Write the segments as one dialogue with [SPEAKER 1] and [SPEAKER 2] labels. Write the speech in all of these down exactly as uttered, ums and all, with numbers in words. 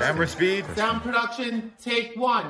[SPEAKER 1] Camera speed.
[SPEAKER 2] Sound production, take one.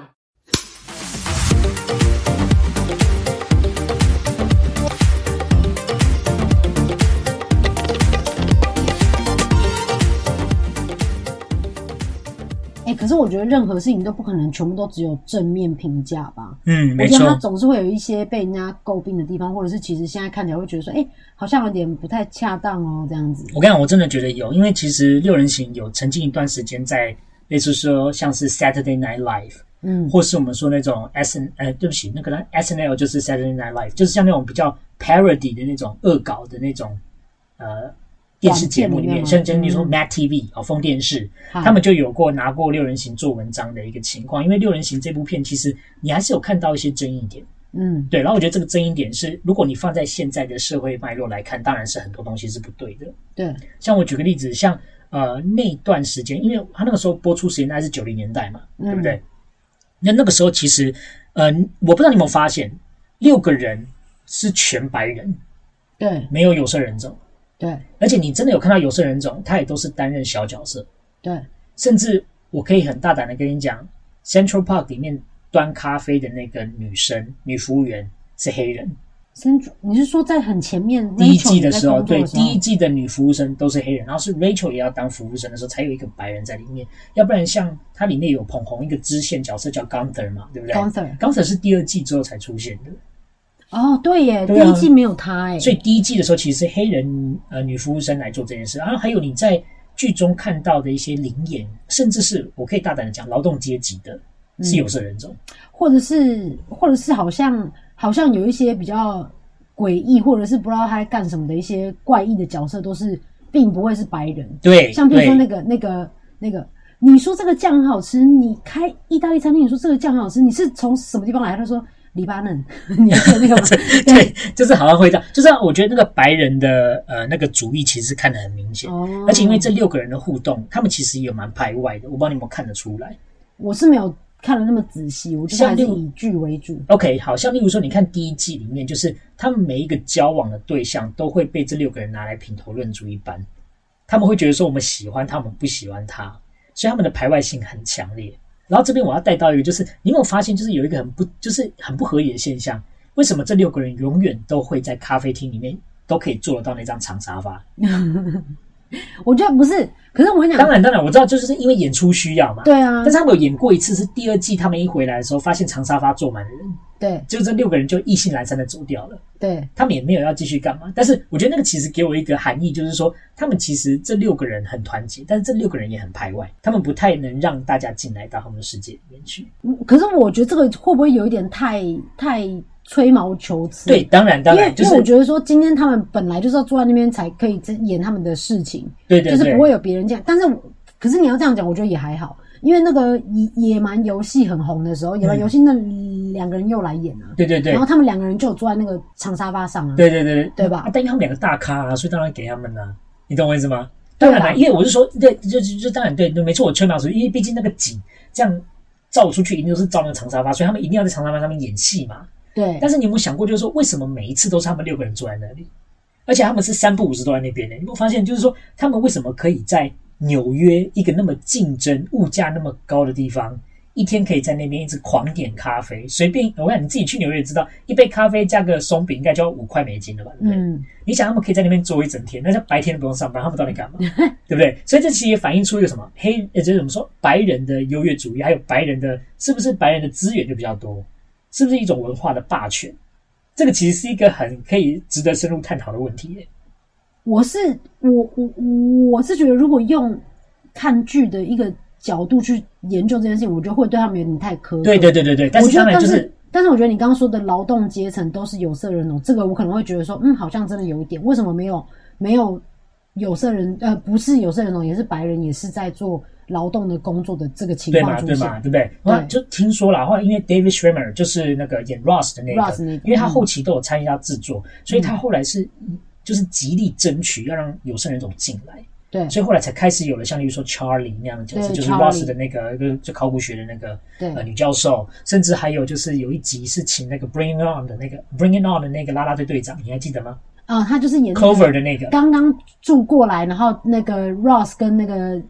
[SPEAKER 3] 欸，可是我觉得任何事情都不可能全部都只有正面评价吧。
[SPEAKER 4] 嗯，没错。
[SPEAKER 3] 我觉得它总是会有一些被人家诟病的地方，或者是其实现在看起来会觉得说，欸，好像有点不太恰当哦，这样子。
[SPEAKER 4] 我跟你讲，我真的觉得有，因为其实六人行有曾经一段时间在类似说像是 Saturday Night Live， 嗯，或是我们说那种 S N 呃，对不起，那个 S N L 就是 Saturday Night Live， 就是像那种比较 parody 的那种恶搞的那种呃。电视节目里面，像你说 Mac T V 哦，风电视，他们就有过拿过六人行做文章的一个情况。因为六人行这部片，其实你还是有看到一些争议点，嗯，对。然后我觉得这个争议点是，如果你放在现在的社会脉络来看，当然是很多东西是不对的。
[SPEAKER 3] 对，
[SPEAKER 4] 像我举个例子，像呃那段时间，因为他那个时候播出时间大概是九零年代嘛，嗯、对不对？那那个时候其实，呃，我不知道你有没有发现，六个人是全白人，
[SPEAKER 3] 对，
[SPEAKER 4] 没有有色人种。
[SPEAKER 3] 对，
[SPEAKER 4] 而且你真的有看到有色人种，他也都是担任小角色。
[SPEAKER 3] 对，
[SPEAKER 4] 甚至我可以很大胆的跟你讲 ，Central Park 里面端咖啡的那个女生、女服务员是黑人。
[SPEAKER 3] Central， 你是说在很前面
[SPEAKER 4] 第一季的时候，
[SPEAKER 3] 的时候
[SPEAKER 4] 对，第一季的女服务生都是黑人，然后是 Rachel 也要当服务生的时候，才有一个白人在里面。要不然像它里面有捧红一个支线角色叫 Gunther 嘛，对不对
[SPEAKER 3] ？Gunther，
[SPEAKER 4] Gunther 是第二季之后才出现的。
[SPEAKER 3] 哦，对耶，
[SPEAKER 4] 对啊，
[SPEAKER 3] 第一季没有他耶，
[SPEAKER 4] 所以第一季的时候其实是黑人呃女服务生来做这件事，然后还有你在剧中看到的一些灵演，甚至是我可以大胆的讲劳动阶级的，是有色人种，
[SPEAKER 3] 嗯、或者是或者是好像好像有一些比较诡异，或者是不知道他在干什么的一些怪异的角色，都是并不会是白人，
[SPEAKER 4] 对，
[SPEAKER 3] 像比如说那个那个那个。你说这个酱很好吃，你开意大利餐厅，你说这个酱很好吃，你是从什么地方来？他说黎巴嫩，你还记得那个吗？
[SPEAKER 4] 对，就是好像会这样，就是我觉得那个白人的呃那个主义其实看得很明显，哦，而且因为这六个人的互动，他们其实也有蛮排外的，我不知道你有没有看得出来。
[SPEAKER 3] 我是没有看得那么仔细，我就是还是以剧为主。
[SPEAKER 4] OK， 好，像例如说，你看第一季里面，就是他们每一个交往的对象都会被这六个人拿来品头论足一般，他们会觉得说我们喜欢他，我们不喜欢他。所以他们的排外性很强烈，然后这边我要带到一个，就是你有没有发现，就是有一个很不，就是很不合理的现象？为什么这六个人永远都会在咖啡厅里面都可以坐得到那张长沙发？
[SPEAKER 3] 我觉得不是，可是我跟你讲，
[SPEAKER 4] 当然当然我知道，就是因为演出需要嘛。
[SPEAKER 3] 对啊，
[SPEAKER 4] 但是他们有演过一次，是第二季他们一回来的时候，发现长沙发坐满了人。
[SPEAKER 3] 对，
[SPEAKER 4] 就这六个人就意兴阑珊的走掉了。
[SPEAKER 3] 对，
[SPEAKER 4] 他们也没有要继续干嘛。但是我觉得那个其实给我一个含义，就是说他们其实这六个人很团结，但是这六个人也很排外，他们不太能让大家进来到他们的世界里面去。
[SPEAKER 3] 可是我觉得这个会不会有一点太太吹毛求疵？
[SPEAKER 4] 对，当然当然，
[SPEAKER 3] 因为、
[SPEAKER 4] 就是、
[SPEAKER 3] 因为我觉得说今天他们本来就是要坐在那边才可以演他们的事情，
[SPEAKER 4] 对对对，
[SPEAKER 3] 就是不会有别人这样。但是可是你要这样讲，我觉得也还好。因为那个野蛮游戏很红的时候，野蛮游戏那两个人又来演啊，
[SPEAKER 4] 对对对，
[SPEAKER 3] 然后他们两个人就有坐在那个长沙发上啊，
[SPEAKER 4] 对对对
[SPEAKER 3] 对吧？
[SPEAKER 4] 啊，但因为他们两个大咖啊，所以当然给他们啊，你懂我意思吗？当然啦，因为我是说，对，就就就当然对，没错，我吹毛求疵，因为毕竟那个景这样照出去，一定都是照那个长沙发，所以他们一定要在长沙发上面演戏嘛。
[SPEAKER 3] 对。
[SPEAKER 4] 但是你有没有想过，就是说为什么每一次都是他们六个人坐在那里，而且他们是三不五时都在那边呢？你有没有发现，就是说他们为什么可以在纽约一个那么竞争、物价那么高的地方，一天可以在那边一直狂点咖啡，随便我看你自己去纽约也知道，一杯咖啡加个松饼应该就要五块美金了吧？对不对？嗯，你想他们可以在那边坐一整天，那白天都不用上班，他们到底干嘛？对不对？所以这其实也反映出一个什么黑，呃，就是怎么说白人的优越主义，还有白人的是不是白人的资源就比较多，是不是一种文化的霸权？这个其实是一个很可以值得深入探讨的问题耶。
[SPEAKER 3] 我是我我我是觉得，如果用看剧的一个角度去研究这件事情，我觉得会对他们有点太苛刻。
[SPEAKER 4] 对对对对对，但是当然就是，
[SPEAKER 3] 但是我觉得你刚刚说的劳动阶层都是有色人种，这个我可能会觉得说，嗯，好像真的有一点，为什么没有没有有色人呃不是有色人种，也是白人，也是在做劳动的工作的这个情况出现，
[SPEAKER 4] 对嘛对嘛，对不对？对，就听说了，后来因为 David Schwimmer 就是那个演 Ross 的那个，
[SPEAKER 3] Ross 那个，
[SPEAKER 4] 因为他后期都有参与到制作，嗯，所以他后来是。就是极力争取要让有色人种进来，
[SPEAKER 3] 对，
[SPEAKER 4] 所以后来才开始有了像例如说 Charlie 那样的角色，就是 Ross 的那个就考古学的那个呃女教授，甚至还有就是有一集是请那个 Bring It On 的那个 Bring It On 的那个啦啦队队长，你还记得吗？
[SPEAKER 3] 啊，他就是演
[SPEAKER 4] Clover 的那个，
[SPEAKER 3] 刚刚住过来，然后那个 Ross 跟那个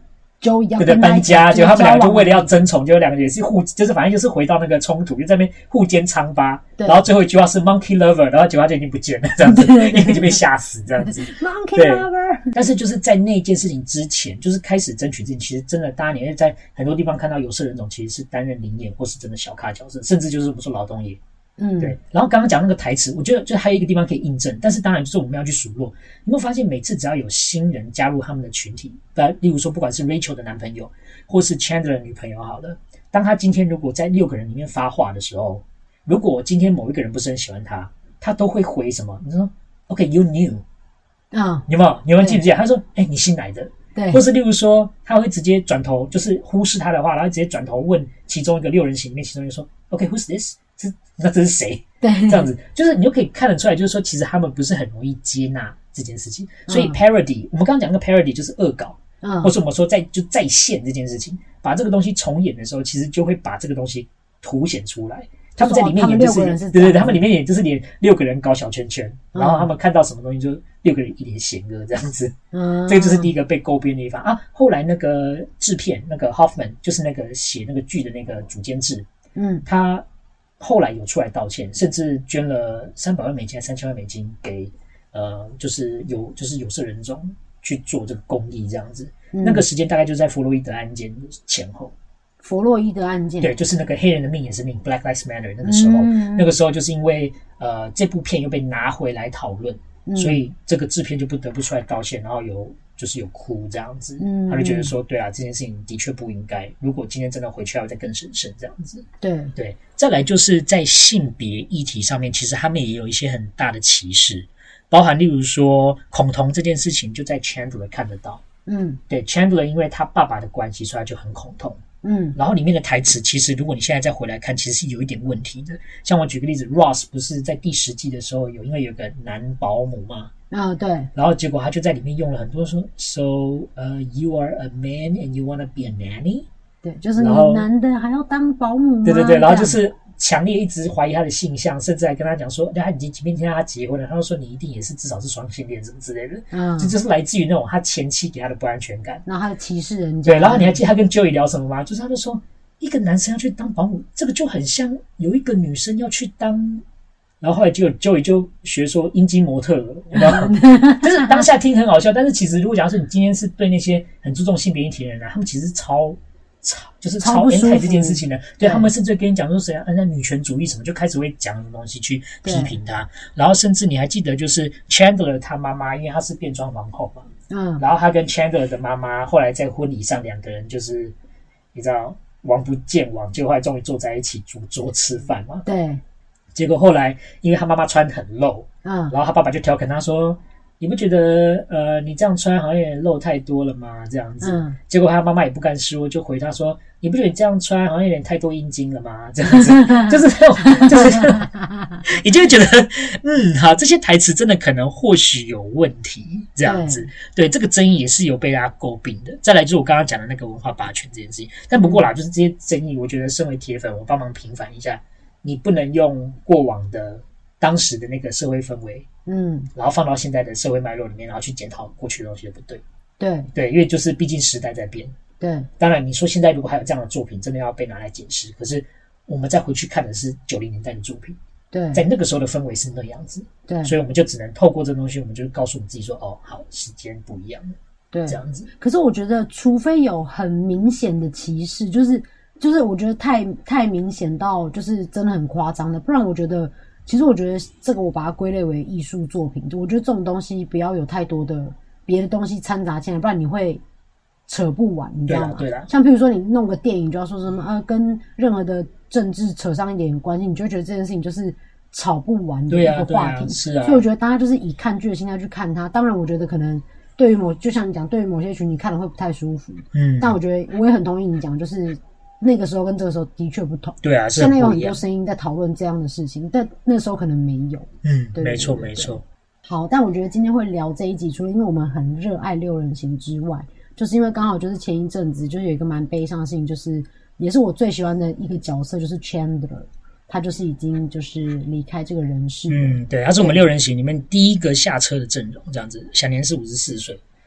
[SPEAKER 3] Joey 要
[SPEAKER 4] 对对
[SPEAKER 3] 跟他
[SPEAKER 4] 搬家，
[SPEAKER 3] 就
[SPEAKER 4] 结果他们两个
[SPEAKER 3] 交往
[SPEAKER 4] 就为了要争宠，就两个也是互，就是反正就是回到那个冲突，就在那边互奸疮疤。
[SPEAKER 3] 对
[SPEAKER 4] 然后最后一句话是 Monkey Lover， 然后结果他就已经不见了，这样子，
[SPEAKER 3] 对对对
[SPEAKER 4] 因为就被吓死这样子。
[SPEAKER 3] Monkey
[SPEAKER 4] 对
[SPEAKER 3] Lover。
[SPEAKER 4] 但是就是在那件事情之前，就是开始争取之前，其实真的大家你会在很多地方看到有色人种其实是担任灵演或是真的小咖角色，甚至就是我们说劳动业。
[SPEAKER 3] 嗯，
[SPEAKER 4] 对。然后刚刚讲那个台词，我觉得就还有一个地方可以印证，但是当然就是我们要去数落。你有没有发现，每次只要有新人加入他们的群体，例如说不管是 Rachel 的男朋友，或是 Chandler 的女朋友好了，当他今天如果在六个人里面发话的时候，如果今天某一个人不是很喜欢他，他都会回什么？你说 OK you new
[SPEAKER 3] 啊、嗯，
[SPEAKER 4] 有没有？你有没有记不记得？他说：“哎、欸，你新来的。”
[SPEAKER 3] 对，
[SPEAKER 4] 或是例如说，他会直接转头，就是忽视他的话，然后直接转头问其中一个六人行里面其中一个说 ：“OK, who's this？ 这那这是谁？”
[SPEAKER 3] 对，
[SPEAKER 4] 这样子，就是你就可以看得出来，就是说，其实他们不是很容易接纳这件事情。所以 parody，、嗯、我们刚刚讲那个 parody 就是恶搞，嗯，或是我们说在就再现这件事情，把这个东西重演的时候，其实就会把这个东西凸显出来。他们在里面演就是，
[SPEAKER 3] 是
[SPEAKER 4] 对对对，他们里面演就是连六个人搞小圈圈，嗯、然后他们看到什么东西就六个人一脸险恶这样子。嗯，这个就是第一个被勾编的地方啊。后来那个制片那个 Hoffman 就是那个写那个剧的那个主监制，嗯，他后来有出来道歉，甚至捐了三百万美金、三千万美金给呃，就是有就是有色人种去做这个公益这样子。嗯、那个时间大概就在弗洛伊德案件前后。
[SPEAKER 3] 弗洛伊德案件，
[SPEAKER 4] 对，就是那个黑人的命也是命 ，Black Lives Matter 那个时候，嗯、那个时候就是因为呃这部片又被拿回来讨论，嗯、所以这个制片就不得不出来道歉，然后有就是有哭这样子，嗯、他就觉得说，对啊，这件事情的确不应该，如果今天真的回去要再更审慎这样子。
[SPEAKER 3] 对
[SPEAKER 4] 对，再来就是在性别议题上面，其实他们也有一些很大的歧视，包含例如说恐同这件事情，就在 Chandler 看得到，嗯，对 ，Chandler 因为他爸爸的关系，所以他就很恐同。嗯，然后里面的台词其实如果你现在再回来看，其实是有一点问题的。像我举个例子 ，Ross 不是在第十季的时候有因为有个男保姆嘛，
[SPEAKER 3] 啊、哦、对，
[SPEAKER 4] 然后结果他就在里面用了很多说 ，So 呃、uh, you are a man and you wanna be a nanny，
[SPEAKER 3] 对，就是你男的还要当保姆吗？
[SPEAKER 4] 对对对，然后就是强烈一直怀疑他的性向，甚至还跟他讲说，他已经即便听到他结婚了，他就说你一定也是至少是双性恋什么之类的，嗯，这就是来自于那种他前妻给他的不安全感，
[SPEAKER 3] 然后他的歧视人家。
[SPEAKER 4] 对，然后你还记得他跟 Joey 聊什么吗？就是他就说，一个男生要去当保姆，这个就很像有一个女生要去当，然后后来就 Joey 就学说阴茎模特了，你知道吗？就是当下听很好笑，但是其实如果假如说你今天是对那些很注重性别议题的人啊，他们其实超。超就是超 anti 这件事情的，对，他们甚至跟你讲说谁啊，那女权主义什么，就开始会讲什么东西去批评他，然后甚至你还记得就是 Chandler 他妈妈，因为他是变装皇后嘛，嗯，然后他跟 Chandler 的妈妈后来在婚礼上两个人就是你知道王不见王，结果后来终于坐在一起主桌吃饭嘛，
[SPEAKER 3] 对，
[SPEAKER 4] 结果后来因为他妈妈穿很露，嗯，然后他爸爸就调侃他说。你不觉得呃你这样穿好像有点露太多了吗？这样子，嗯、结果他妈妈也不敢说，就回他说：“你不觉得你这样穿好像有点太多阴茎了吗？”这样子，就是这种，就是你就会觉得，嗯，好，这些台词真的可能或许有问题，这样子，对，对这个争议也是有被大家诟病的。再来就是我刚刚讲的那个文化霸权这件事情，但不过啦，就是这些争议，我觉得身为铁粉，我帮忙平反一下，你不能用过往的。当时的那个社会氛围，嗯，然后放到现在的社会脉络里面，然后去检讨过去的东西，不对，
[SPEAKER 3] 对
[SPEAKER 4] 对，因为就是毕竟时代在变，
[SPEAKER 3] 对。
[SPEAKER 4] 当然，你说现在如果还有这样的作品，真的要被拿来检视。可是我们再回去看的是九零年代的作品，
[SPEAKER 3] 对，
[SPEAKER 4] 在那个时候的氛围是那样子，
[SPEAKER 3] 对，
[SPEAKER 4] 所以我们就只能透过这东西，我们就告诉我们自己说，哦，好，时间不一样了，
[SPEAKER 3] 对，
[SPEAKER 4] 这样子。
[SPEAKER 3] 可是我觉得，除非有很明显的歧视，就是就是我觉得太太明显到就是真的很夸张的，不然我觉得。其实我觉得这个我把它归类为艺术作品，我觉得这种东西不要有太多的别的东西掺杂进来，不然你会扯不完，你知道吗？
[SPEAKER 4] 对啦，对啦。
[SPEAKER 3] 像譬如说你弄个电影就要说什么呃，跟任何的政治扯上一点关系，你就会觉得这件事情就是吵不完的一个话题。
[SPEAKER 4] 对啊，对啊，是啊。
[SPEAKER 3] 所以我觉得大家就是以看剧的心态去看它。当然，我觉得可能对于某就像你讲，对于某些群你看了会不太舒服。嗯。但我觉得我也很同意你讲，就是。那个时候跟这个时候的确不同，
[SPEAKER 4] 对啊，是
[SPEAKER 3] 现在有很多声音在讨论这样的事情，但那时候可能没有。
[SPEAKER 4] 嗯，
[SPEAKER 3] 对，
[SPEAKER 4] 没错没错。
[SPEAKER 3] 好，但我觉得今天会聊这一集，除了因为我们很热爱六人行之外，就是因为刚好就是前一阵子就是有一个蛮悲伤的事情，就是也是我最喜欢的一个角色，就是 Chandler， 他就是已经就是离开这个人世了。
[SPEAKER 4] 嗯，对，他是我们六人行里面第一个下车的阵容，这样子，享年是五十四岁。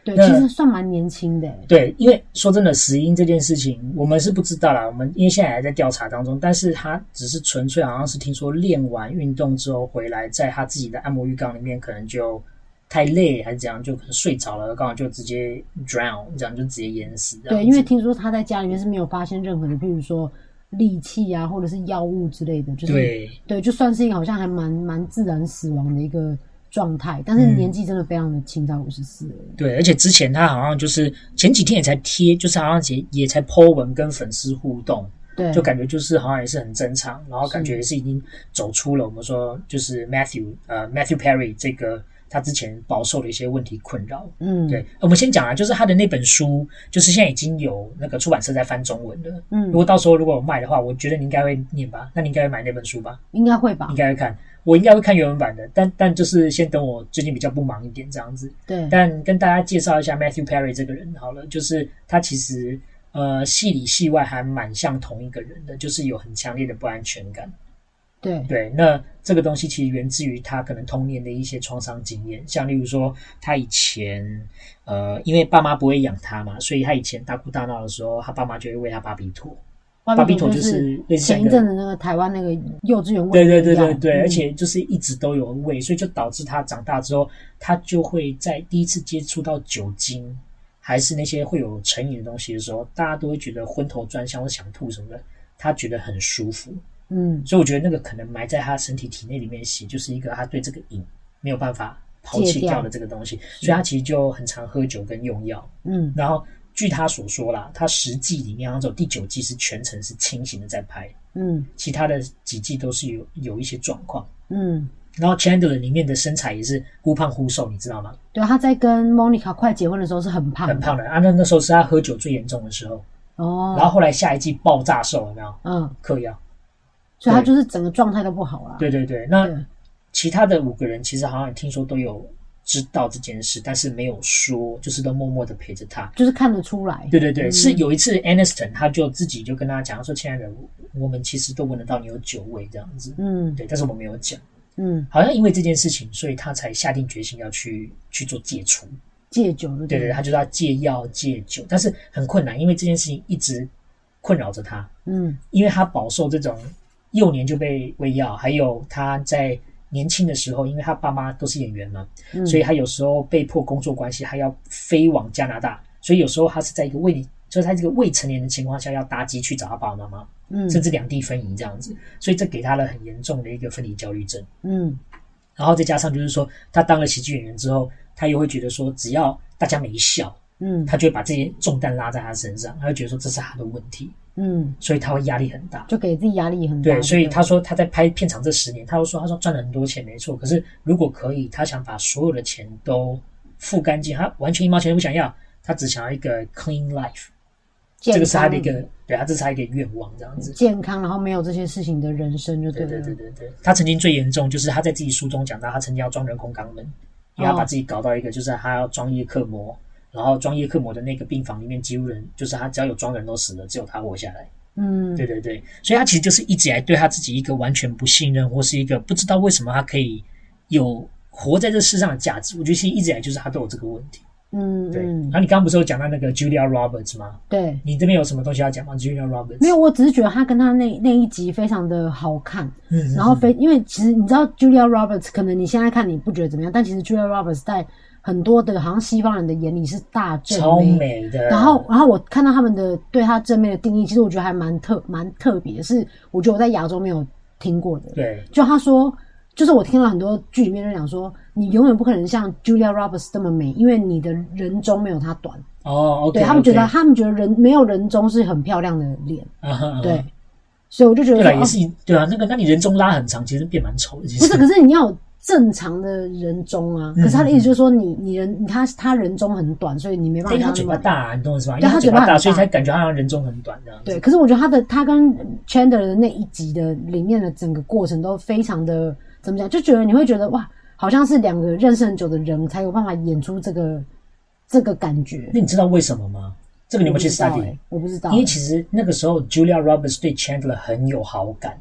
[SPEAKER 3] 对，其实算蛮年轻的。
[SPEAKER 4] 对，因为说真的，死因这件事情我们是不知道啦，我们因为现在还在调查当中，但是他只是纯粹好像是听说练完运动之后回来，在他自己的按摩浴缸里面可能就太累还是怎样，就可能睡着了，刚好就直接 drown， 这样就直接淹死。
[SPEAKER 3] 对，因为听说他在家里面是没有发现任何的，譬如说利器啊，或者是药物之类的，就是
[SPEAKER 4] 对
[SPEAKER 3] 对，就算是一个好像还蛮蛮自然死亡的一个状态，但是年纪真的非常的轻，才五十四。
[SPEAKER 4] 对，而且之前他好像就是前几天也才贴，就是好像也也才 po 文跟粉丝互动。
[SPEAKER 3] 对，
[SPEAKER 4] 就感觉就是好像也是很正常，然后感觉也是已经走出了我们说就是 Matthew 呃 Matthew Perry 这个他之前饱受的一些问题困扰。
[SPEAKER 3] 嗯，
[SPEAKER 4] 对，我们先讲啊，就是他的那本书，就是现在已经有那个出版社在翻中文了。
[SPEAKER 3] 嗯，
[SPEAKER 4] 如果到时候如果有卖的话，我觉得你应该会念吧？那你应该会买那本书吧？
[SPEAKER 3] 应该会吧？
[SPEAKER 4] 应该会看，我应该会看原文版的，但但就是先等我最近比较不忙一点这样子。
[SPEAKER 3] 对，
[SPEAKER 4] 但跟大家介绍一下 Matthew Perry 这个人好了，就是他其实。呃，戏里戏外还蛮像同一个人的，就是有很强烈的不安全感。
[SPEAKER 3] 对
[SPEAKER 4] 对，那这个东西其实源自于他可能童年的一些创伤经验，像例如说他以前呃，因为爸妈不会养他嘛，所以他以前大哭大闹的时候，他爸妈就会喂他巴比妥。巴比妥就是类似
[SPEAKER 3] 前一阵子那个台湾那个幼稚园喂
[SPEAKER 4] 对对对对对、嗯，而且就是一直都有喂，所以就导致他长大之后，他就会在第一次接触到酒精。还是那些会有成瘾的东西的时候，大家都会觉得昏头转向或想吐什么的，他觉得很舒服。嗯，所以我觉得那个可能埋在他身体体内里面写，就是一个他对这个瘾没有办法抛弃掉的这个东西，所以他其实就很常喝酒跟用药。嗯，然后据他所说啦，他十季里面好像只有第九季是全程是清醒的在拍，嗯，其他的几季都是有有一些状况。嗯。然后 Chandler 里面的身材也是忽胖忽瘦，你知道吗？
[SPEAKER 3] 对，他在跟 Monica 快结婚的时候是很胖的，
[SPEAKER 4] 很胖的啊。那那时候是他喝酒最严重的时候哦。然后后来下一季爆炸瘦，有没有？嗯，嗑药，
[SPEAKER 3] 所以他就是整个状态都不好啦。
[SPEAKER 4] 对对对，那其他的五个人其实好像听说都有知道这件事，但是没有说，就是都默默的陪着他，
[SPEAKER 3] 就是看得出来。
[SPEAKER 4] 对对对，嗯、是有一次 Aniston 他就自己就跟他讲说：“亲爱的，我们其实都闻得到你有酒味这样子。”嗯，对，但是我们没有讲。嗯，好像因为这件事情，所以他才下定决心要去去做戒除、
[SPEAKER 3] 戒酒的。
[SPEAKER 4] 对对，他就是要戒药、戒酒，但是很困难，因为这件事情一直困扰着他。嗯，因为他饱受这种幼年就被喂药，还有他在年轻的时候，因为他爸妈都是演员嘛，嗯、所以他有时候被迫工作关系，他要飞往加拿大，所以有时候他是在一个未，就是他这个未成年的情况下，要搭机去找他爸爸妈妈。嗯，甚至两地分离这样子，所以这给他了很严重的一个分离焦虑症。嗯，然后再加上就是说，他当了喜剧演员之后，他又会觉得说，只要大家没笑，嗯，他就会把这些重担拉在他身上，他会觉得说这是他的问题。嗯，所以他会压力很大，
[SPEAKER 3] 就给自己压力很大。
[SPEAKER 4] 对，所以他说他在拍片场这十年，他就说他说赚了很多钱，没错。可是如果可以，他想把所有的钱都付干净，他完全一毛钱都不想要，他只想要一个 clean life。这个是他的一个，对他这是他一个愿望，这样子
[SPEAKER 3] 健康，然后没有这些事情的人生就对了。
[SPEAKER 4] 对对对对对，他曾经最严重就是他在自己书中讲到，他曾经要装人工肛门，因为他把自己搞到一个就是他要装叶克膜，然后装叶克膜的那个病房里面几乎人就是他只要有装人都死了，只有他活下来。嗯，对对对，所以他其实就是一直以来对他自己一个完全不信任，或是一个不知道为什么他可以有活在这世上的价值。我觉得其实一直以来就是他都有这个问题。嗯，对。然后你刚刚不是有讲到那个 Julia Roberts 吗？
[SPEAKER 3] 对，
[SPEAKER 4] 你这边有什么东西要讲吗 ？Julia Roberts
[SPEAKER 3] 没有，我只是觉得他跟他那那一集非常的好看，嗯，然后非因为其实你知道 Julia Roberts 可能你现在看你不觉得怎么样，但其实 Julia Roberts 在很多的好像西方人的眼里是大正妹，
[SPEAKER 4] 超美的。
[SPEAKER 3] 然后，然后我看到他们的对她正妹的定义，其实我觉得还蛮特蛮特别，是我觉得我在亚洲没有听过的。
[SPEAKER 4] 对，
[SPEAKER 3] 就他说。就是我听了很多剧里面就讲说，你永远不可能像 Julia Roberts 这么美，因为你的人中没有她短。
[SPEAKER 4] 哦、oh, ，OK，
[SPEAKER 3] 对他们觉得， okay. 他们觉得人没有人中是很漂亮的脸。Uh huh, 对， uh huh. 所以我就觉得，
[SPEAKER 4] 对啊，也是对啊，那个，那你人中拉很长，其实变蛮丑的。其实
[SPEAKER 3] 不是，可是你要有正常的人中啊。可是他的意思就是说你，你你人他他人中很短，所以你没办法。因
[SPEAKER 4] 为他嘴巴大、啊，你懂我意思吗？因为他嘴巴大，所以才感觉他好像人中很短这样子。
[SPEAKER 3] 对，可是我觉得他的他跟 Chandler 的那一集的里面的整个过程都非常的。怎么讲？就觉得你会觉得哇，好像是两个认识很久的人才有办法演出这个这个感觉。
[SPEAKER 4] 那你知道为什么吗？这个你有没有去 study？
[SPEAKER 3] 我不知道、欸，
[SPEAKER 4] 因为其实那个时候 Julia Roberts 对 Chandler 很有好感，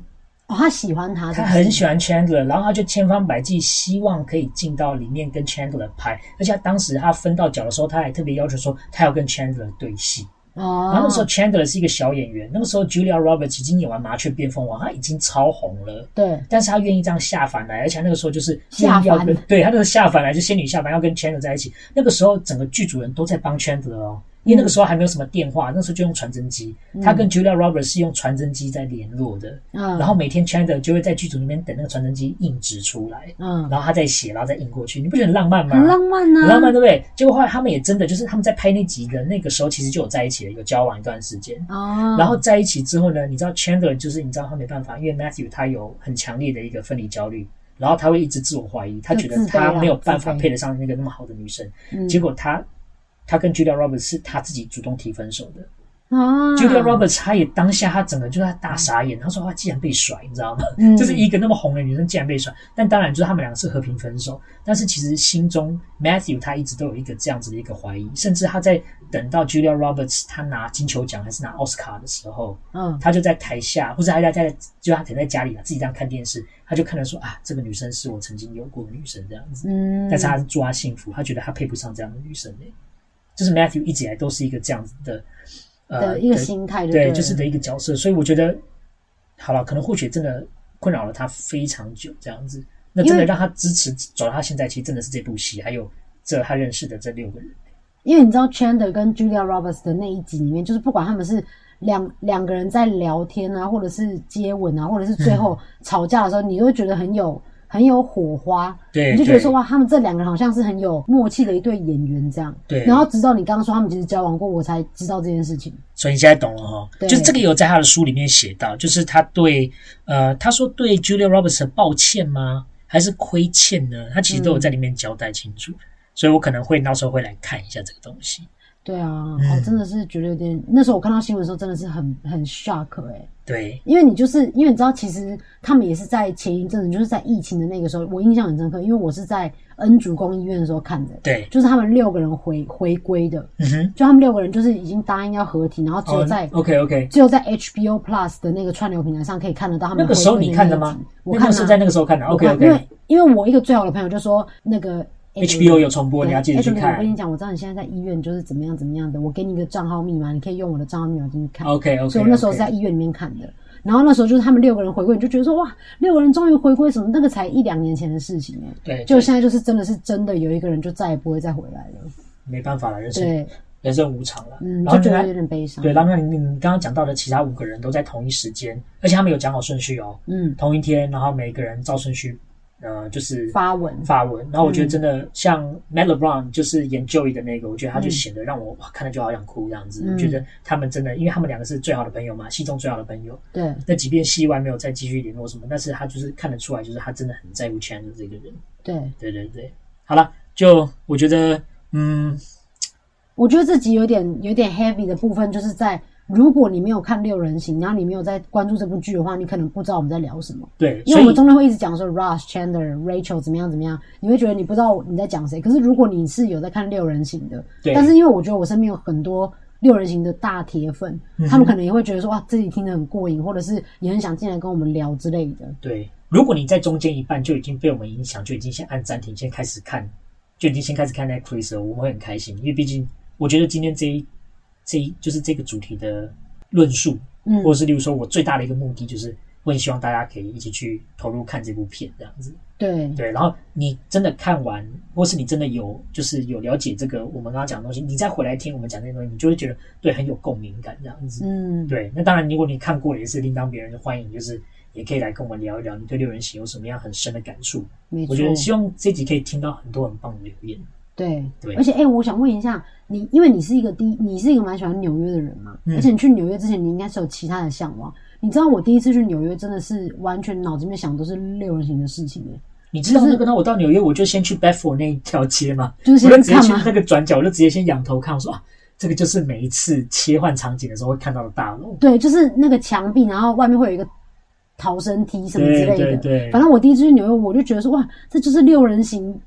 [SPEAKER 3] 哦，他喜欢他，
[SPEAKER 4] 他很喜欢 Chandler， 然后他就千方百计希望可以进到里面跟 Chandler 拍，而且他当时他分到角的时候，他还特别要求说他要跟 Chandler 对戏。
[SPEAKER 3] 哦，
[SPEAKER 4] 然后那时候 Chandler 是一个小演员，那个时候 Julia Roberts 已经演完《麻雀变凤凰》，他已经超红了。
[SPEAKER 3] 对，
[SPEAKER 4] 但是他愿意这样下凡来，而且那个时候就是
[SPEAKER 3] 下凡，
[SPEAKER 4] 对他那个下凡来就仙女下凡要跟 Chandler 在一起。那个时候整个剧组人都在帮 Chandler 哦。因为那个时候还没有什么电话，那时候就用传真机。他跟 Julia Roberts 是用传真机在联络的，嗯，然后每天 Chandler 就会在剧组里面等那个传真机印纸出来，嗯，然后他再写，然后再印过去。你不觉得很浪漫吗？
[SPEAKER 3] 很浪漫啊，
[SPEAKER 4] 很浪漫，对不对？结果后来他们也真的就是他们在拍那集的那个时候，其实就有在一起了，有交往一段时间。哦，然后在一起之后呢，你知道 Chandler 就是你知道他没办法，因为 Matthew 他有很强烈的一个分离焦虑。然后他会一直自我怀疑，他觉得他没有办法配得上那个那么好的女生。嗯，结果他他跟 Julia Roberts 是他自己主动提分手的。啊 Julia Roberts 他也当下他整个就是他大傻眼，他说他既然被甩，你知道吗？嗯，就是一个那么红的女生竟然被甩。但当然就是他们两个是和平分手，但是其实心中 Matthew 他一直都有一个这样子的一个怀疑，甚至他在等到 Julia Roberts 他拿金球奖还是拿奥斯卡的时候，嗯，他就在台下或者他在在就他等在家里自己这样看电视，他就看到说啊，这个女生是我曾经有过的女生这样子。嗯，但是他是祝她幸福，他觉得他配不上这样的女生欸。就是 Matthew 一直以来都是一个这样子的
[SPEAKER 3] 呃的一个心态，
[SPEAKER 4] 对，就是的一个角色，所以我觉得好了，可能或许真的困扰了他非常久这样子，那真的让他支持走到他现在，其实真的是这部戏，还有这他认识的这六个人。
[SPEAKER 3] 因为你知道 Chandler 跟 Julia Roberts 的那一集里面，就是不管他们是两两个人在聊天啊，或者是接吻啊，或者是最后吵架的时候，嗯，你都会觉得很有。很有火花，
[SPEAKER 4] 对，
[SPEAKER 3] 你就觉得说哇，他们这两个人好像是很有默契的一对演员这样。
[SPEAKER 4] 对，
[SPEAKER 3] 然后直到你刚刚说他们其实交往过，我才知道这件事情。
[SPEAKER 4] 所以你现在懂了哈，就是这个有在他的书里面写到，就是他对呃，他说对 Julia Roberts 抱歉吗？还是亏欠呢？他其实都有在里面交代清楚，嗯，所以我可能会到时候会来看一下这个东西。
[SPEAKER 3] 对啊，嗯，哦，真的是觉得有点，那时候我看到新闻的时候真的是很很 shock 哎，欸。
[SPEAKER 4] 对，
[SPEAKER 3] 因为你就是因为你知道，其实他们也是在前一阵子，就是在疫情的那个时候，我印象很深刻，因为我是在恩主公医院的时候看的。
[SPEAKER 4] 对，
[SPEAKER 3] 就是他们六个人回回归的，嗯哼，就他们六个人就是已经答应要合体，然后只有在、
[SPEAKER 4] oh, OK OK，
[SPEAKER 3] 只有在 H B O Plus 的那个串流平台上可以看得到他们回归的那一集。
[SPEAKER 4] 那个时候你看的吗？我看的是在那个时候看的。OK OK，
[SPEAKER 3] 因为因为我一个最好的朋友就说那个。
[SPEAKER 4] H B O 有重播，你要记得去看。
[SPEAKER 3] 我跟你讲，我知道你现在在医院就是怎么样怎么样的，我给你一个账号密码，你可以用我的账号密码进去看。
[SPEAKER 4] OK OK，
[SPEAKER 3] 所以我那时候是在医院里面看的。然后那时候就是他们六个人回归，你就觉得说哇，六个人终于回归什么？那个才一两年前的事情哎。
[SPEAKER 4] 对，
[SPEAKER 3] 就现在就是真的是真的有一个人就再也不会再回来了。
[SPEAKER 4] 没办法了，人生
[SPEAKER 3] 对
[SPEAKER 4] 人生无常了。
[SPEAKER 3] 嗯，就觉得有点悲伤。
[SPEAKER 4] 对，然后你你刚刚讲到的其他五个人都在同一时间，而且他们有讲好顺序哦。嗯，同一天，然后每个人照顺序。呃，就是
[SPEAKER 3] 发文
[SPEAKER 4] 发文，然后我觉得真的、嗯、像 Matt LeBlanc 就是演 Joey 的那个，我觉得他就显得让我、嗯、哇看了就好想哭这样子。我、嗯、觉得他们真的，因为他们两个是最好的朋友嘛，戏中最好的朋友。
[SPEAKER 3] 对。
[SPEAKER 4] 那即便戏外没有再继续联络什么，但是他就是看得出来，就是他真的很在乎 Chandler 这个人。
[SPEAKER 3] 对，
[SPEAKER 4] 对对对。好了，就我觉得，嗯，
[SPEAKER 3] 我觉得这集有点有点 heavy 的部分，就是在。如果你没有看六人行，然后你没有在关注这部剧的话，你可能不知道我们在聊什么。
[SPEAKER 4] 对，
[SPEAKER 3] 因为我们中间会一直讲说 Ross、Chandler、Rachel 怎么样怎么样，你会觉得你不知道你在讲谁。可是如果你是有在看六人行的，
[SPEAKER 4] 对，
[SPEAKER 3] 但是因为我觉得我身边有很多六人行的大铁粉，嗯、他们可能也会觉得说哇，自己听得很过瘾，或者是也很想进来跟我们聊之类的。
[SPEAKER 4] 对，如果你在中间一半就已经被我们影响，就已经先按暂停，先开始看，就已经先开始看 Netflix 了，我们会很开心，因为毕竟我觉得今天这一这一就是这个主题的。论述，嗯，或者是例如说我最大的一个目的就是我很希望大家可以一起去投入看这部片这样子。
[SPEAKER 3] 对
[SPEAKER 4] 对，然后你真的看完，或是你真的有就是有了解这个我们刚刚讲的东西，你再回来听我们讲这些东西，你就会觉得对很有共鸣感这样子。嗯，对。那当然，如果你看过了，也是另当别人的欢迎，就是也可以来跟我们聊一聊，你对六人行有什么样很深的感触。
[SPEAKER 3] 没错，
[SPEAKER 4] 我觉得希望这集可以听到很多很棒的留言。
[SPEAKER 3] 对
[SPEAKER 4] 对，
[SPEAKER 3] 而且哎、欸，我想问一下你，因为你是一个第一，你是一个蛮喜欢纽约的人嘛、嗯，而且你去纽约之前，你应该是有其他的向往。你知道我第一次去纽约，真的是完全脑子里面想都是六人行的事情耶。
[SPEAKER 4] 你知道那个，那我到纽约，我就先去 Bedford 那一条街嘛，
[SPEAKER 3] 就是先看嘛，
[SPEAKER 4] 我就直接去那个转角，我就直接先仰头看，我说啊，这个就是每一次切换场景的时候会看到的大楼。
[SPEAKER 3] 对，就是那个墙壁，然后外面会有一个逃生梯什么之类的。
[SPEAKER 4] 对对对。
[SPEAKER 3] 反正我第一次去纽约，我就觉得说哇，这就是六人行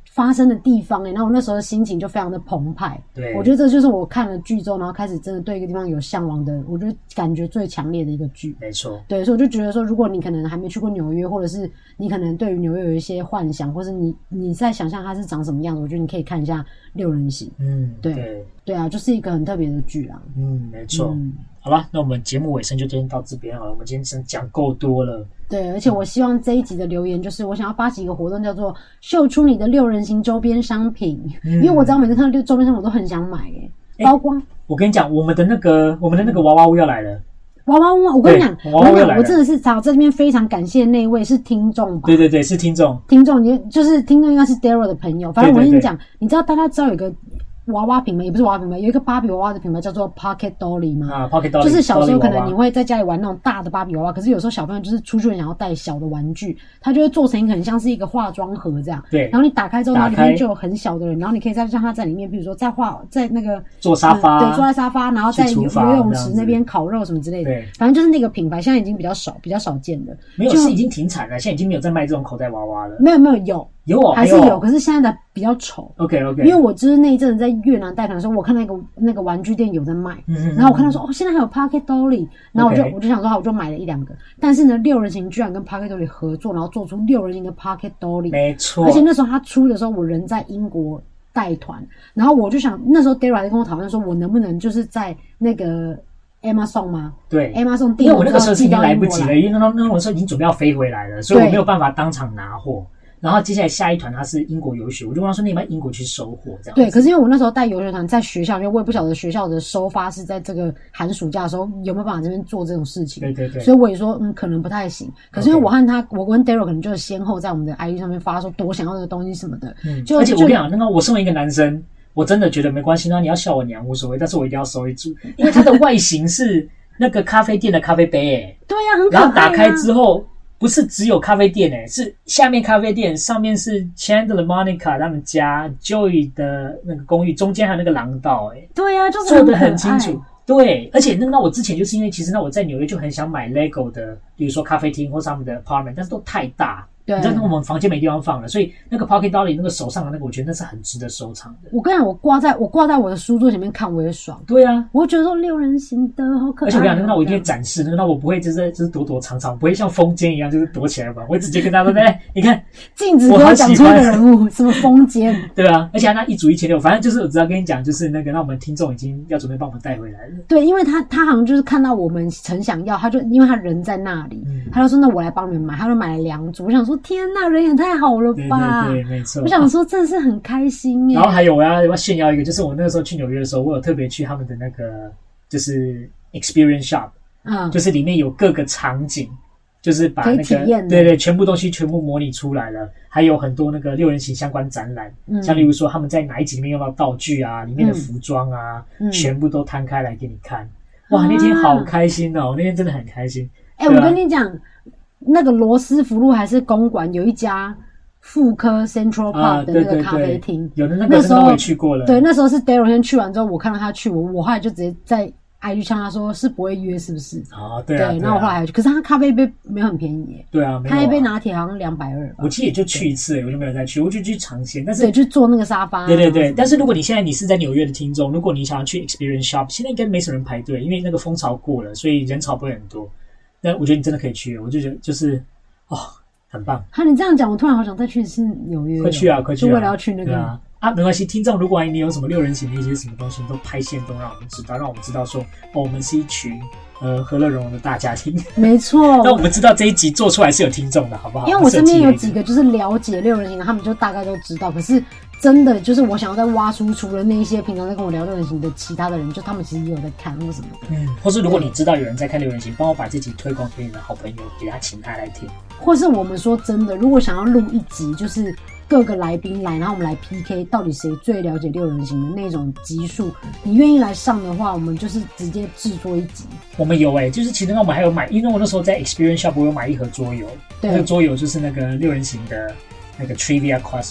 [SPEAKER 3] 发生的地方哎、欸，然后我那时候的心情就非常的澎湃。
[SPEAKER 4] 对，
[SPEAKER 3] 我觉得这就是我看了剧之后，然后开始真的对一个地方有向往的，我觉得感觉最强烈的一个剧。
[SPEAKER 4] 没错，
[SPEAKER 3] 对，所以我就觉得说，如果你可能还没去过纽约，或者是你可能对于纽约有一些幻想，或是你你在想象它是长什么样子，我觉得你可以看一下《六人行》。
[SPEAKER 4] 嗯，
[SPEAKER 3] 对
[SPEAKER 4] 对，
[SPEAKER 3] 对啊，就是一个很特别的剧啦。
[SPEAKER 4] 嗯，没错。
[SPEAKER 3] 嗯，
[SPEAKER 4] 好吧，那我们节目尾声就先到这边好了。我们今天真讲够多了。
[SPEAKER 3] 对，而且我希望这一集的留言就是，我想要发起一个活动，叫做秀出你的六人行周边商品，嗯、因为我只要每次看到周边商品，我都很想买诶、欸，包括、欸、
[SPEAKER 4] 我跟你讲，我们的那个我们的那个娃娃屋要来了。
[SPEAKER 3] 娃娃屋，我跟你讲，
[SPEAKER 4] 我跟你讲，
[SPEAKER 3] 我真的是在这边非常感谢那一位是听众吧？
[SPEAKER 4] 对对对，是听众。
[SPEAKER 3] 听众，你就是听众，应该是 Daryl 的朋友。反正我跟你讲，你知道大家知道有个娃娃品牌，也不是娃娃品牌，有一个芭比娃娃的品牌叫做 Pocket Dolly 吗？
[SPEAKER 4] 啊 ，Pocket Dolly，
[SPEAKER 3] 就是小时候可能你会在家里玩那种大的芭比娃娃，可是有时候小朋友就是出去想要带小的玩具，他就会做成一个很像是一个化妆盒这样。
[SPEAKER 4] 对。
[SPEAKER 3] 然后你打开之后，然后里面就有很小的人，然后你可以再让他在里面，比如说在画在那个
[SPEAKER 4] 坐沙发、
[SPEAKER 3] 呃，对，坐在沙发，然后在游泳池那边烤肉什么之类的。
[SPEAKER 4] 对。
[SPEAKER 3] 反正就是那个品牌现在已经比较少，比较少见的。
[SPEAKER 4] 没有，是已经停产了，现在已经没有在卖这种口袋娃娃了。
[SPEAKER 3] 没有没有有。
[SPEAKER 4] 有哦，
[SPEAKER 3] 还是有，可是现在的比较丑。
[SPEAKER 4] OK OK，
[SPEAKER 3] 因为我就是那一阵子在越南带团的时候，我看那个那个玩具店有在卖，嗯、然后我看到说哦，现在还有 Pocket Dolly， 然后我就、okay. 我就想说好，我就买了一两个。但是呢，六人行居然跟 Pocket Dolly 合作，然后做出六人行的 Pocket Dolly，
[SPEAKER 4] 没错。
[SPEAKER 3] 而且那时候他出的时候，我人在英国带团，然后我就想那时候 Daryl 还跟我讨论说，我能不能就是在那个 Amazon 吗？
[SPEAKER 4] 对
[SPEAKER 3] ，Amazon 订，
[SPEAKER 4] 因为我那个时候是已经来不及了，因为那那那时候已经准备要飞回来了，所以我没有办法当场拿货。然后接下来下一团他是英国游学，我就问他说：“你有没有英国去收货？”这样
[SPEAKER 3] 对，可是因为我那时候带游学团在学校，因为我也不晓得学校的收发是在这个寒暑假的时候有没有办法这边做这种事情。
[SPEAKER 4] 对对对，
[SPEAKER 3] 所以我也说嗯，可能不太行。可是因为我和他， okay. 我跟 Daryl 可能就是先后在我们的 I G 上面发说多想要这个东西什么的。嗯，就
[SPEAKER 4] 而且我跟你讲，那个我身为一个男生，我真的觉得没关系，那你要笑我娘无所谓，但是我一定要收一组，因为它的外形是那个咖啡店的咖啡杯诶、欸。
[SPEAKER 3] 对呀、啊，很可爱、啊。
[SPEAKER 4] 然后打开之后。不是只有咖啡店诶，是下面咖啡店，上面是 Chandler Monica 他们家 Joey 的那个公寓，中间还有那个廊道诶。
[SPEAKER 3] 对啊，就是
[SPEAKER 4] 做得很清楚。对，而且那那我之前就是因为其实那我在纽约就很想买 Lego 的，比如说咖啡厅或是他们的 apartment， 但是都太大。对，你知道我们房间没地方放了，所以那个 Pocket Dolly 那个手上的那个，我觉得那是很值得收藏的。
[SPEAKER 3] 我跟你讲，我挂在我挂在我的书桌前面看，我也爽。
[SPEAKER 4] 对啊，
[SPEAKER 3] 我觉得说六人行的好可爱。
[SPEAKER 4] 而且我跟你讲，那我一定会展示，那我不会就是就是躲躲藏藏，不会像风间一样就是躲起来吧，我会直接跟大家说，哎，你看，
[SPEAKER 3] 禁止给我讲出的人物，什么风间？
[SPEAKER 4] 对啊，而且那一组一千六，反正就是我只要跟你讲，就是那个，那我们听众已经要准备帮我们带回来了。
[SPEAKER 3] 对，因为他他好像就是看到我们很想要，他就因为他人在那里，嗯、他就说那我来帮你们买，他就买了两组。我想说，天哪，人也太好了吧！
[SPEAKER 4] 对对对，没错。
[SPEAKER 3] 我想说，真的是很开心耶。
[SPEAKER 4] 然后还有我要我要炫耀一个，就是我那个时候去纽约的时候，我有特别去他们的那个就是 experience shop， 嗯，就是里面有各个场景，就是把那个对对全部东西全部模拟出来了，还有很多那个六人行相关展览，嗯，像例如说他们在哪一集里面用到道具啊，里面的服装啊，嗯、全部都摊开来给你看。哇，那天好开心哦！啊、那天真的很开心。
[SPEAKER 3] 哎、欸啊，我跟你讲。那个罗斯福路还是公馆有一家妇科 Central Park 的那个咖啡厅、啊，
[SPEAKER 4] 有的那个时候我也去过了。
[SPEAKER 3] 对，那时候是 Daryl 先去完之后，我看到他去，我我后来就直接在 I G 向他说是不会约是不是？
[SPEAKER 4] 哦，对啊。
[SPEAKER 3] 对，然后我后来还去，可是他咖啡杯没有很便宜耶。
[SPEAKER 4] 对啊，没有啊，
[SPEAKER 3] 他一杯拿铁好像两百二。
[SPEAKER 4] 我其实也就去一次，我就没有再去，我就去尝鲜。但是
[SPEAKER 3] 对，就坐那个沙发、啊。
[SPEAKER 4] 对对对，但是如果你现在你是在纽约的听众，如果你想要去 Experience Shop， 现在应该没什么人排队，因为那个风潮过了，所以人潮不会很多。那我觉得你真的可以去，我就觉得就是哦，很棒。
[SPEAKER 3] 哈，你这样讲，我突然好想再去一次纽约。
[SPEAKER 4] 快去啊，快去啊！
[SPEAKER 3] 就为了要去那个。
[SPEAKER 4] 啊，啊，没关系，听众，如果你有什么六人行的一些什么东西，你都拍线都让我们知道，让我们知道说，哦，我们是一群呃和乐融融的大家庭。
[SPEAKER 3] 没错。
[SPEAKER 4] 那我们知道这一集做出来是有听众的，好不好？
[SPEAKER 3] 因为我身边有几个就是了解六人行的，他们就大概都知道，可是。真的就是我想要再挖出除了那一些平常在跟我聊六人行的其他的人，就他们其实也有在看或什么的。
[SPEAKER 4] 嗯，或是如果你知道有人在看六人行，帮我把这集推广给你的好朋友，给他请他来听。
[SPEAKER 3] 或是我们说真的，如果想要录一集，就是各个来宾来，然后我们来 P K， 到底谁最了解六人行的那种集数，你愿意来上的话，我们就是直接制作一集。
[SPEAKER 4] 我们有诶、欸，就是其实我们还有买，因为我那时候在 Experience Shop 我有买一盒桌游，那个桌游就是那个六人行的那个 Trivia Question。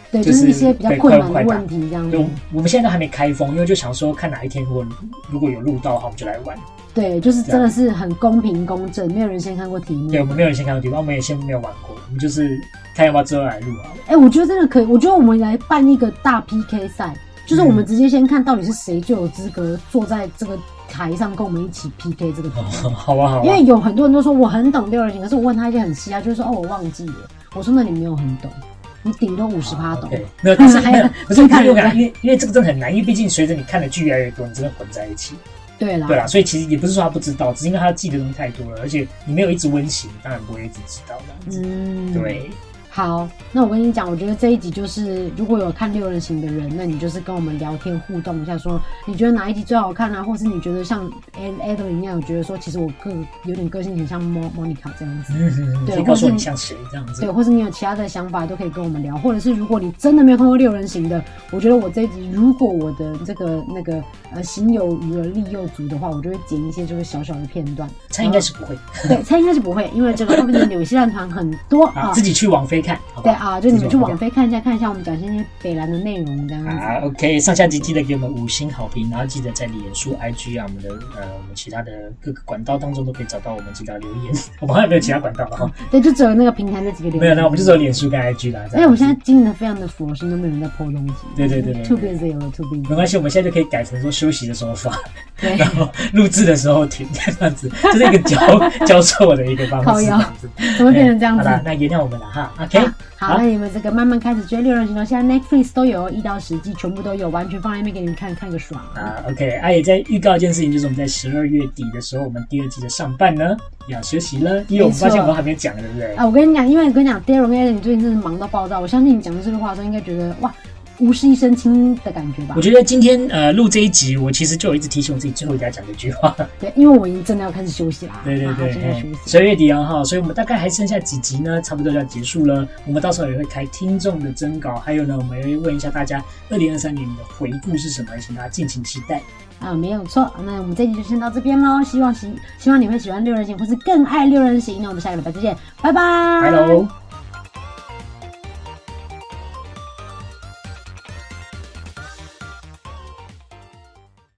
[SPEAKER 3] 对，
[SPEAKER 4] 就
[SPEAKER 3] 就是一些比较困难的问题这样子。
[SPEAKER 4] 我们现在都还没开封，因为就想说看哪一天如果如果有录到的话，我们就来玩。
[SPEAKER 3] 对，就是真的是很公平公正，没有人先看过题目。
[SPEAKER 4] 对，我们没有人先看过题目，我们也先没有玩过，我们就是看要不要之后来录啊。
[SPEAKER 3] 哎、欸，我觉得真的可以，我觉得我们来办一个大 P K 赛，就是我们直接先看到底是谁最有资格坐在这个台上跟我们一起 P K 这个题目。
[SPEAKER 4] 哦，好啊，好啊。
[SPEAKER 3] 因为有很多人都说我很懂六人行，可是我问他一些很细啊，就是说哦我忘记了。我说那你没有很懂。你顶多五十趴懂，
[SPEAKER 4] 没有，但是没有，不是看因为因为这个真的很难，因为毕竟随着你看的剧越来越多，你真的混在一起。
[SPEAKER 3] 对啦，
[SPEAKER 4] 对啦，所以其实也不是说他不知道，只是因为他记的东西太多了，而且你没有一直温习，当然不会一直知道这样子。嗯，对。
[SPEAKER 3] 好，那我跟你讲，我觉得这一集就是如果有看六人行的人，那你就是跟我们聊天互动一下，说你觉得哪一集最好看啊，或是你觉得像 Adeline 一样，有觉得说其实我个有点个性很像 Monica 这样子，
[SPEAKER 4] 嗯，对，告诉你像谁这样子，
[SPEAKER 3] 对，或是你有其他的想法都可以跟我们聊，或者是如果你真的没有看过六人行的，我觉得我这一集如果我的这个那个呃行有余而力又足的话，我就会剪一些这个小小的片段。
[SPEAKER 4] 猜应该是不会，
[SPEAKER 3] 对，猜应该是不会，因为这个后面的纽西兰团很多啊，
[SPEAKER 4] 自己去网飞看。
[SPEAKER 3] 对啊，就你们去网飞看一下，看一下我们讲一些北兰的内容这样子。
[SPEAKER 4] 啊 ，OK， 上下集记得给我们五星好评，然后记得在脸书、I G 啊，我们的呃我们其他的各个管道当中都可以找到我们几条留言。我们好像没有其他管道了哈。
[SPEAKER 3] 对，就只有那个平台那几个留言。
[SPEAKER 4] 没有，那我们就只有脸书跟 I G 啦。
[SPEAKER 3] 而且我们现在经营的非常的佛心，都没有人在 po 东西。
[SPEAKER 4] 对对对对
[SPEAKER 3] ，too busy 了 ，too busy。
[SPEAKER 4] 没关系，我们现在就可以改成说休息的时候发，
[SPEAKER 3] 对，
[SPEAKER 4] 然后录制的时候停，这样子，这是一个交交错的一个方式。
[SPEAKER 3] 靠腰，怎么变成这样子？
[SPEAKER 4] 好了，那原谅我们了哈。OK，
[SPEAKER 3] 好，那你们这个慢慢开始追六人行动，现在 Netflix 都有一到十季，全部都有，完全放在那边给你们看，看个爽
[SPEAKER 4] 啊。OK， 啊也在预告一件事情，就是我们在十二月底的时候，我们第二季的上半呢要休息了，因为我们发现我们还没有讲，对不对？
[SPEAKER 3] 啊，我跟你讲，因为我跟你讲 ，Darren 你最近真是忙到爆炸，我相信你讲的这句话的时候，应该觉得哇。无事一身轻的感觉吧。
[SPEAKER 4] 我觉得今天呃录这一集，我其实就有一直提醒我自己，最后一定要讲这句话。
[SPEAKER 3] 对，因为我已经真的要开始休息啦。
[SPEAKER 4] 对对对，十二月底啊哈，所以我们大概还剩下几集呢，差不多就要结束了。我们到时候也会开听众的征稿，还有呢，我们也会问一下大家二零二三年的回顾是什么，请大家敬请期待。
[SPEAKER 3] 啊，没有错。那我们这一集就先到这边喽，希望喜希望你会喜欢六人行，或是更爱六人行。那我们下个礼拜再见，拜拜。
[SPEAKER 4] 拜喽。